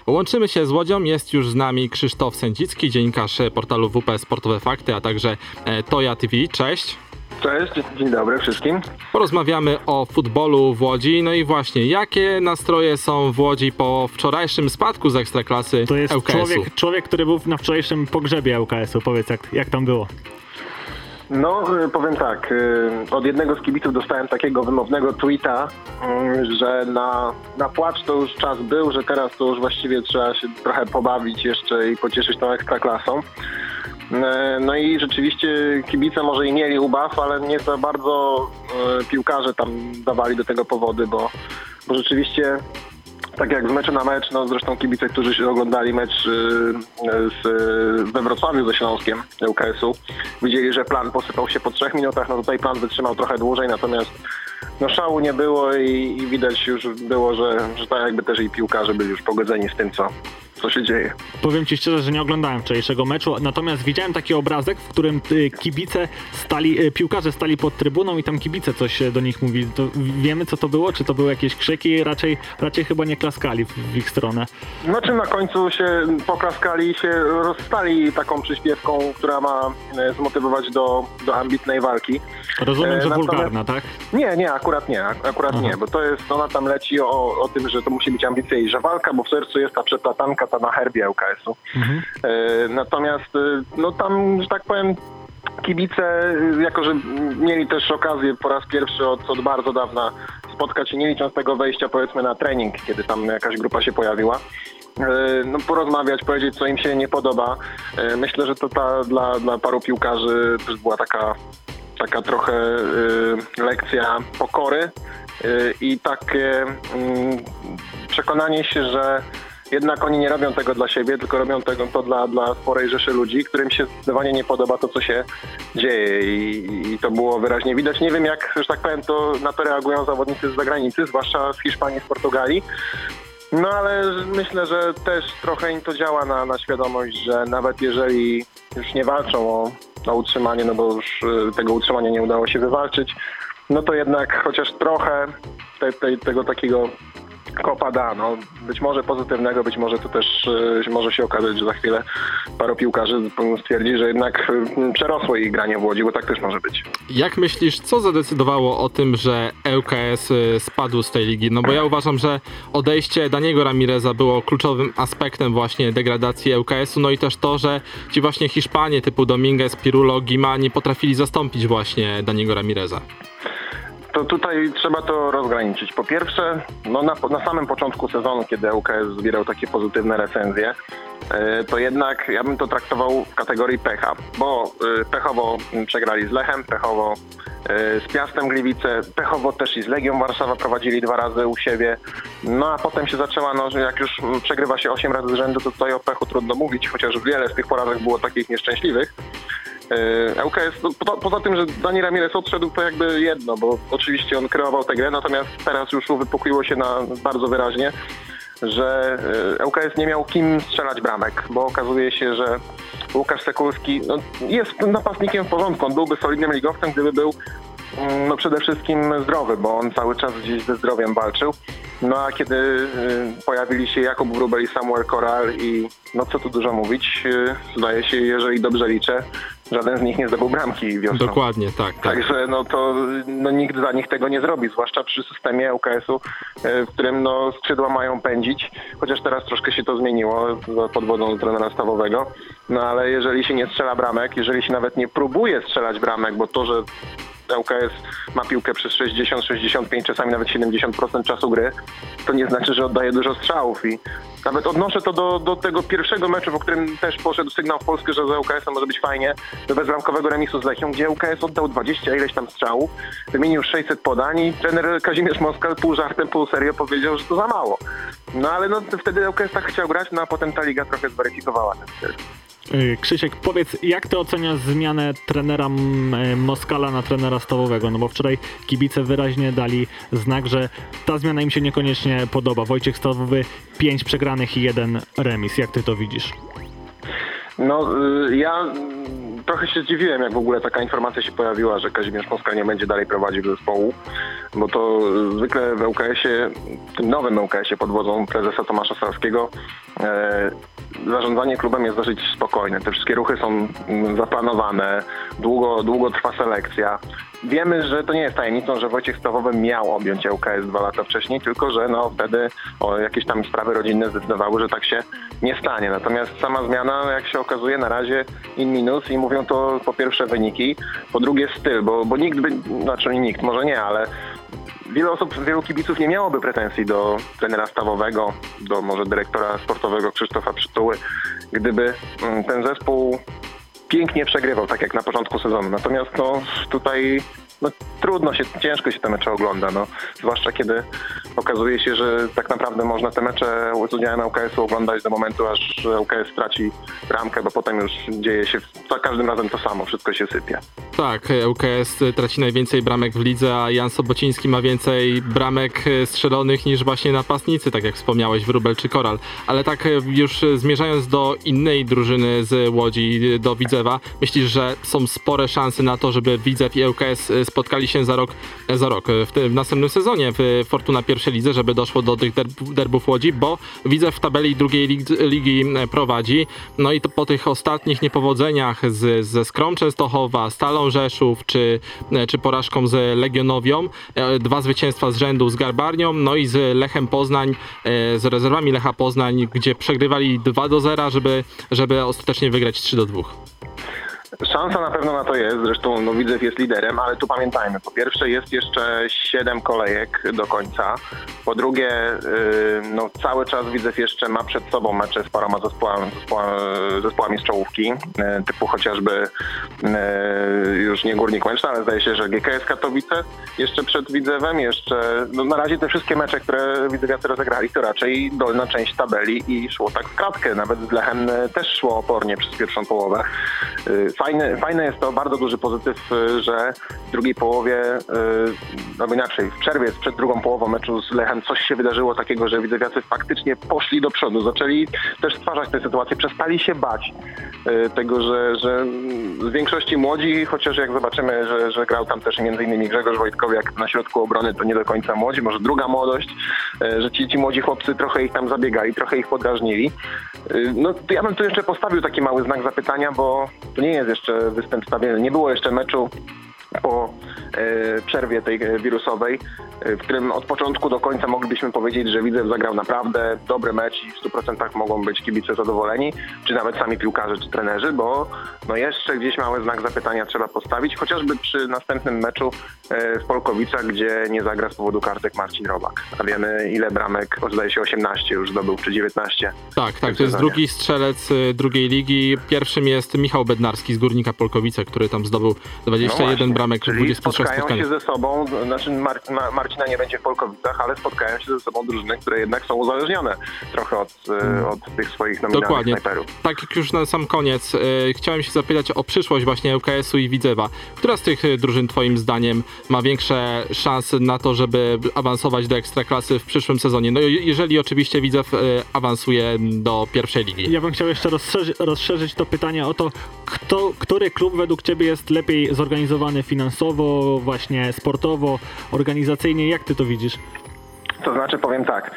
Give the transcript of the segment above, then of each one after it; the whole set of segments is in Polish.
Łączymy się z Łodzią, jest już z nami Krzysztof Sędzicki, dziennikarz portalu WP Sportowe Fakty, a także Toja TV. Cześć. Cześć, dzień dobry wszystkim. Porozmawiamy o futbolu w Łodzi. No i właśnie, jakie nastroje są w Łodzi po wczorajszym spadku z Ekstraklasy To jest ŁKS-u? człowiek, który był na wczorajszym pogrzebie ŁKS-u. Powiedz, jak tam było? No, powiem tak, od jednego z kibiców dostałem takiego wymownego tweeta, że na płacz to już czas był, że teraz to już właściwie trzeba się trochę pobawić jeszcze i pocieszyć tą Ekstraklasą. No i rzeczywiście kibice może i mieli ubaw, ale nie za bardzo piłkarze tam dawali do tego powody, bo rzeczywiście tak jak z meczu na mecz, no zresztą kibice, którzy się oglądali mecz we Wrocławiu ze Śląskiem ŁKS-u, widzieli, że plan posypał się po 3 minutach, no tutaj plan wytrzymał trochę dłużej, natomiast no szału nie było i widać już było, że tak jakby też i piłkarze byli już pogodzeni z tym, co się dzieje. Powiem ci szczerze, że nie oglądałem wczorajszego meczu, natomiast widziałem taki obrazek, w którym piłkarze stali pod trybuną i tam kibice coś do nich mówi. To wiemy, co to było? Czy to były jakieś krzyki? Raczej chyba nie klaskali w ich stronę. No czym na końcu się poklaskali, się rozstali taką przyśpiewką, która ma zmotywować do ambitnej walki. Rozumiem, że wulgarna, tak? Nie, akurat nie, bo to jest, ona tam leci o tym, że to musi być ambicyjna walka, bo w sercu jest ta przeplatanka, ta na herbie ŁKS-u. Natomiast no tam, że tak powiem, kibice, jako że mieli też okazję po raz pierwszy od bardzo dawna spotkać się, nie licząc tego wejścia powiedzmy na trening, kiedy tam jakaś grupa się pojawiła, no porozmawiać, powiedzieć, co im się nie podoba. Myślę, że to dla paru piłkarzy też była taka trochę lekcja pokory i takie przekonanie się, że jednak oni nie robią tego dla siebie, tylko robią to dla sporej rzeszy ludzi, którym się zdecydowanie nie podoba to, co się dzieje i to było wyraźnie widać. Nie wiem, jak, że tak powiem, na to reagują zawodnicy z zagranicy, zwłaszcza z Hiszpanii, z Portugalii. No ale myślę, że też trochę im to działa na świadomość, że nawet jeżeli już nie walczą o utrzymanie, no bo już tego utrzymania nie udało się wywalczyć, no to jednak chociaż trochę tego takiego kopa da, no być może pozytywnego, być może to też może się okazać, że za chwilę paru piłkarzy stwierdzi, że jednak przerosło ich granie w Łodzi, bo tak też może być. Jak myślisz, co zadecydowało o tym, że ŁKS spadł z tej ligi? No bo ja uważam, że odejście Daniego Ramireza było kluczowym aspektem właśnie degradacji ŁKS-u, no i też to, że ci właśnie Hiszpanie typu Dominguez, Pirulo, Guima nie potrafili zastąpić właśnie Daniego Ramireza. To tutaj trzeba to rozgraniczyć. Po pierwsze, no na samym początku sezonu, kiedy ŁKS zbierał takie pozytywne recenzje, to jednak ja bym to traktował w kategorii pecha, bo pechowo przegrali z Lechem, pechowo z Piastem Gliwice, pechowo też i z Legią Warszawa prowadzili 2 razy u siebie, no a potem się zaczęła, no że jak już przegrywa się 8 razy z rzędu, to tutaj o pechu trudno mówić, chociaż wiele z tych porażek było takich nieszczęśliwych. ŁKS, poza tym, że Dani Ramirez odszedł, to jakby jedno, bo oczywiście on kreował tę grę, natomiast teraz już uwypukliło się bardzo wyraźnie, że ŁKS nie miał kim strzelać bramek, bo okazuje się, że Łukasz Sekulski jest napastnikiem w porządku, on byłby solidnym ligowcem, gdyby był przede wszystkim zdrowy, bo on cały czas gdzieś ze zdrowiem walczył. No a kiedy pojawili się Jakub Wróbel i Samuel Koral i no co tu dużo mówić, zdaje się, jeżeli dobrze liczę, żaden z nich nie zdobył bramki wiosną. Dokładnie, tak. Także nikt za nich tego nie zrobi, zwłaszcza przy systemie ŁKS-u, w którym skrzydła mają pędzić, chociaż teraz troszkę się to zmieniło pod wodą trenera stawowego, no ale jeżeli się nie strzela bramek, jeżeli się nawet nie próbuje strzelać bramek, bo to, że ŁKS ma piłkę przez 60, 65, czasami nawet 70% czasu gry, to nie znaczy, że oddaje dużo strzałów i nawet odnoszę to do tego pierwszego meczu, w którym też poszedł sygnał w Polskę, że za ŁKS-em może być fajnie, do bezbramkowego remisu z Lechią, gdzie ŁKS oddał 20 ileś tam strzałów, wymienił 600 podań i trener Kazimierz Moskal pół żartem, pół serio powiedział, że to za mało. No ale wtedy ŁKS tak chciał grać, no a potem ta liga trochę zweryfikowała ten styl. Krzysiek, powiedz, jak ty oceniasz zmianę trenera Moskala na trenera stawowego? No bo wczoraj kibice wyraźnie dali znak, że ta zmiana im się niekoniecznie podoba. Wojciech Stawowy 5 przegranych i 1 remis. Jak ty to widzisz? No ja trochę się zdziwiłem, jak w ogóle taka informacja się pojawiła, że Kazimierz Moskal nie będzie dalej prowadził zespołu. bo to zwykle w ŁKS-ie, tym nowym ŁKS-ie pod wodzą prezesa Tomasza Salskiego, zarządzanie klubem jest dosyć spokojne. Te wszystkie ruchy są zaplanowane, długo trwa selekcja. Wiemy, że to nie jest tajemnicą, że Wojciech Stawowy miał objąć ŁKS 2 lata wcześniej, tylko że wtedy jakieś tam sprawy rodzinne zdecydowały, że tak się nie stanie. Natomiast sama zmiana, jak się okazuje, na razie in minus i mówią to po pierwsze wyniki, po drugie styl, bo nikt, może nie, ale wielu kibiców nie miałoby pretensji do trenera stawowego, do może dyrektora sportowego Krzysztofa Przytuły, gdyby ten zespół pięknie przegrywał, tak jak na początku sezonu. Natomiast tutaj ciężko się te mecze ogląda, zwłaszcza kiedy okazuje się, że tak naprawdę można te mecze z udziałem ŁKS-u oglądać do momentu, aż ŁKS straci bramkę, bo potem już dzieje się za każdym razem to samo, wszystko się sypie. Tak, ŁKS traci najwięcej bramek w lidze, a Jan Sobociński ma więcej bramek strzelonych niż właśnie napastnicy, tak jak wspomniałeś, Wróbel czy Koral. Ale tak już zmierzając do innej drużyny z Łodzi, do Widzewa, myślisz, że są spore szanse na to, żeby Widzew i ŁKS spotkali się za rok w następnym sezonie w Fortuna pierwszej lidze, żeby doszło do tych derbów Łodzi, bo Widzew w tabeli drugiej ligi prowadzi. No i to po tych ostatnich niepowodzeniach ze Skrą Częstochowa, Stalą Rzeszów czy porażką z Legionowią, 2 zwycięstwa z rzędu z Garbarnią, no i z Lechem Poznań, z rezerwami Lecha Poznań, gdzie przegrywali 2-0, żeby ostatecznie wygrać 3-2. Szansa na pewno na to jest, zresztą Widzew jest liderem, ale tu pamiętajmy, po pierwsze jest jeszcze 7 kolejek do końca, po drugie cały czas Widzew jeszcze ma przed sobą mecze z paroma zespołami z czołówki, typu chociażby już nie Górnik Łęczna, ale zdaje się, że GKS Katowice jeszcze przed Widzewem, na razie te wszystkie mecze, które widzewiacy rozegrali, to raczej dolna część tabeli i szło tak w kratkę, nawet z Lechem też szło opornie przez pierwszą połowę. Fajne jest to, bardzo duży pozytyw, że w drugiej połowie, albo inaczej, w przerwie przed drugą połową meczu z Lechem coś się wydarzyło takiego, że widzewiacy faktycznie poszli do przodu, zaczęli też stwarzać tę sytuację, przestali się bać tego, że w większości młodzi, chociaż jak zobaczymy, że grał tam też m.in. Grzegorz Wojtkowiak na środku obrony, to nie do końca młodzi, może druga młodość, że ci młodzi chłopcy trochę ich tam zabiegali, trochę ich podrażnili. To ja bym tu jeszcze postawił taki mały znak zapytania, bo to nie jest jeszcze występ stabilny. Nie było jeszcze meczu po przerwie tej wirusowej, w którym od początku do końca moglibyśmy powiedzieć, że Widzew zagrał naprawdę dobry mecz i w 100% mogą być kibice zadowoleni, czy nawet sami piłkarze, czy trenerzy, bo jeszcze gdzieś mały znak zapytania trzeba postawić, chociażby przy następnym meczu w Polkowicach, gdzie nie zagra z powodu kartek Marcin Robak. A wiemy, ile bramek, zdaje się 18 już zdobył, czy 19. Tak, to jest drugi strzelec drugiej ligi. Pierwszym jest Michał Bednarski z Górnika Polkowice, który tam zdobył 21 bramek w 23 spotkaniach. Się ze sobą, Marcina nie będzie w Polkowicach, ale spotkają się ze sobą drużyny, które jednak są uzależnione trochę od tych swoich nominalnych snajperów. Tak jak już na sam koniec, chciałem się zapytać o przyszłość właśnie ŁKS-u i Widzewa. Która z tych drużyn twoim zdaniem ma większe szanse na to, żeby awansować do Ekstraklasy w przyszłym sezonie? No jeżeli oczywiście Widzew awansuje do pierwszej ligi. Ja bym chciał jeszcze rozszerzyć to pytanie o to, który klub według ciebie jest lepiej zorganizowany finansowo, właśnie sportowo, organizacyjnie? Jak ty to widzisz? To znaczy, powiem tak,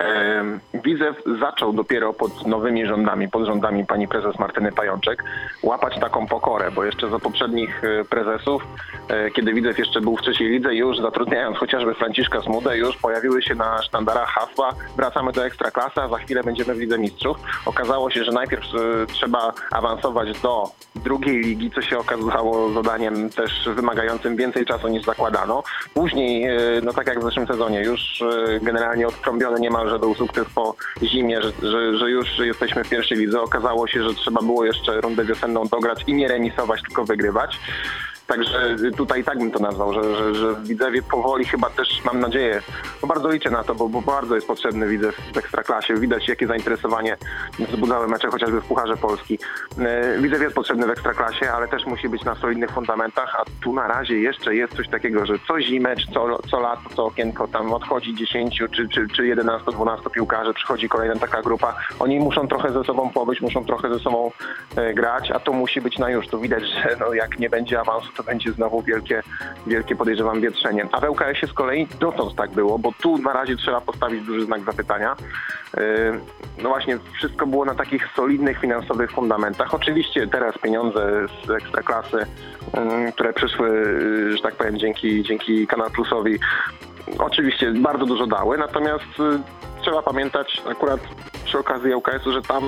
Widzew zaczął dopiero pod nowymi rządami, pod rządami pani prezes Martyny Pajączek, łapać taką pokorę, bo jeszcze za poprzednich prezesów, kiedy Widzew jeszcze był w trzeciej lidze, już zatrudniając chociażby Franciszka Smudę, już pojawiły się na sztandarach hasła: wracamy do Ekstraklasy, a za chwilę będziemy w Lidze Mistrzów. Okazało się, że najpierw trzeba awansować do drugiej ligi, co się okazało zadaniem też wymagającym więcej czasu niż zakładano. Później, tak jak w zeszłym sezonie, już generalnie odtrąbiony niemalże był sukces po zimie, że już jesteśmy w pierwszej lidze. Okazało się, że trzeba było jeszcze rundę wiosenną dograć i nie remisować, tylko wygrywać. Także tutaj tak bym to nazwał, że w Widzewie powoli chyba też, mam nadzieję, bardzo liczę na to, bo bardzo jest potrzebny Widzew w Ekstraklasie. Widać, jakie zainteresowanie wzbudzały mecze chociażby w Pucharze Polski. Widzew jest potrzebny w Ekstraklasie, ale też musi być na solidnych fundamentach, a tu na razie jeszcze jest coś takiego, że co zimę, czy co lato, co okienko, tam odchodzi 10 czy 11, 12 piłkarzy, przychodzi kolejna taka grupa. Oni muszą trochę ze sobą pobyć, muszą trochę ze sobą grać, a to musi być na już. Tu widać, że jak nie będzie awansu, to będzie znowu wielkie podejrzewam wietrzenie. A w ŁKS-ie z kolei dotąd tak było, bo tu na razie trzeba postawić duży znak zapytania. No właśnie, wszystko było na takich solidnych finansowych fundamentach. Oczywiście teraz pieniądze z Ekstraklasy, które przyszły, że tak powiem, dzięki Kanal Plusowi, oczywiście bardzo dużo dały, natomiast trzeba pamiętać akurat przy okazji ŁKS-u, że tam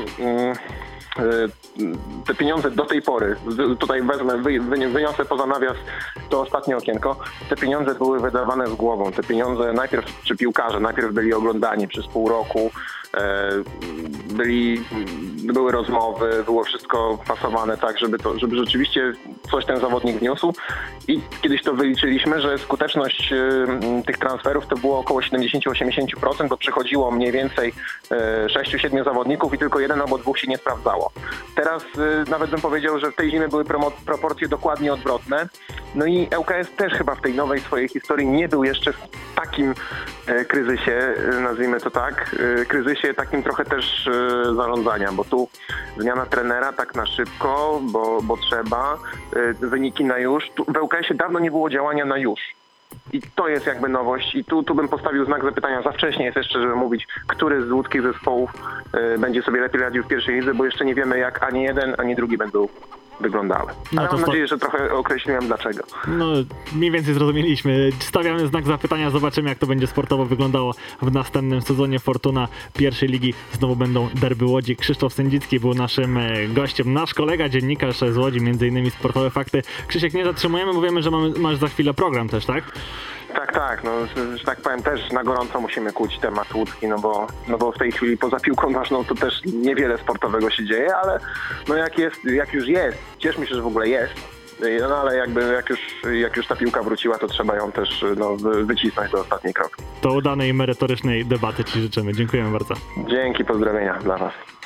te pieniądze do tej pory, tutaj wyniosę poza nawias to ostatnie okienko, te pieniądze były wydawane z głową. Te pieniądze najpierw, czy piłkarze najpierw byli oglądani przez pół roku, były rozmowy, było wszystko pasowane tak, żeby rzeczywiście coś ten zawodnik wniósł i kiedyś to wyliczyliśmy, że skuteczność tych transferów to było około 70-80%, bo przychodziło mniej więcej 6-7 zawodników i tylko 1 albo 2 się nie sprawdzało. Teraz nawet bym powiedział, że w tej zimie były proporcje dokładnie odwrotne. No i ŁKS też chyba w tej nowej swojej historii nie był jeszcze w takim kryzysie, nazwijmy to tak, kryzysie takim trochę też zarządzania, bo tu zmiana trenera tak na szybko, bo trzeba, wyniki na już. W ŁKS-ie dawno nie było działania na już. I to jest jakby nowość i tu bym postawił znak zapytania. Za wcześnie jest jeszcze, żeby mówić, który z łódzkich zespołów będzie sobie lepiej radził w pierwszej lidze, bo jeszcze nie wiemy, jak ani jeden, ani drugi będą wyglądały. Ale mam nadzieję, że trochę określiłem dlaczego. No, mniej więcej zrozumieliśmy. Stawiamy znak zapytania, zobaczymy, jak to będzie sportowo wyglądało w następnym sezonie. Fortuna pierwszej ligi, znowu będą derby Łodzi. Krzysztof Sędzicki był naszym gościem, nasz kolega, dziennikarz z Łodzi, między innymi Sportowe Fakty. Krzysiek, nie zatrzymujemy, bo wiemy, że masz za chwilę program też, tak? Tak, no, że tak powiem, też na gorąco musimy kłuć temat łódzki, no bo w tej chwili poza piłką nożną to też niewiele sportowego się dzieje, ale no jak już jest, cieszmy się, że w ogóle jest, no ale jakby jak już ta piłka wróciła, to trzeba ją też wycisnąć do ostatniej kropki. To udanej merytorycznej debaty Ci życzymy. Dziękujemy bardzo. Dzięki, pozdrowienia dla Was.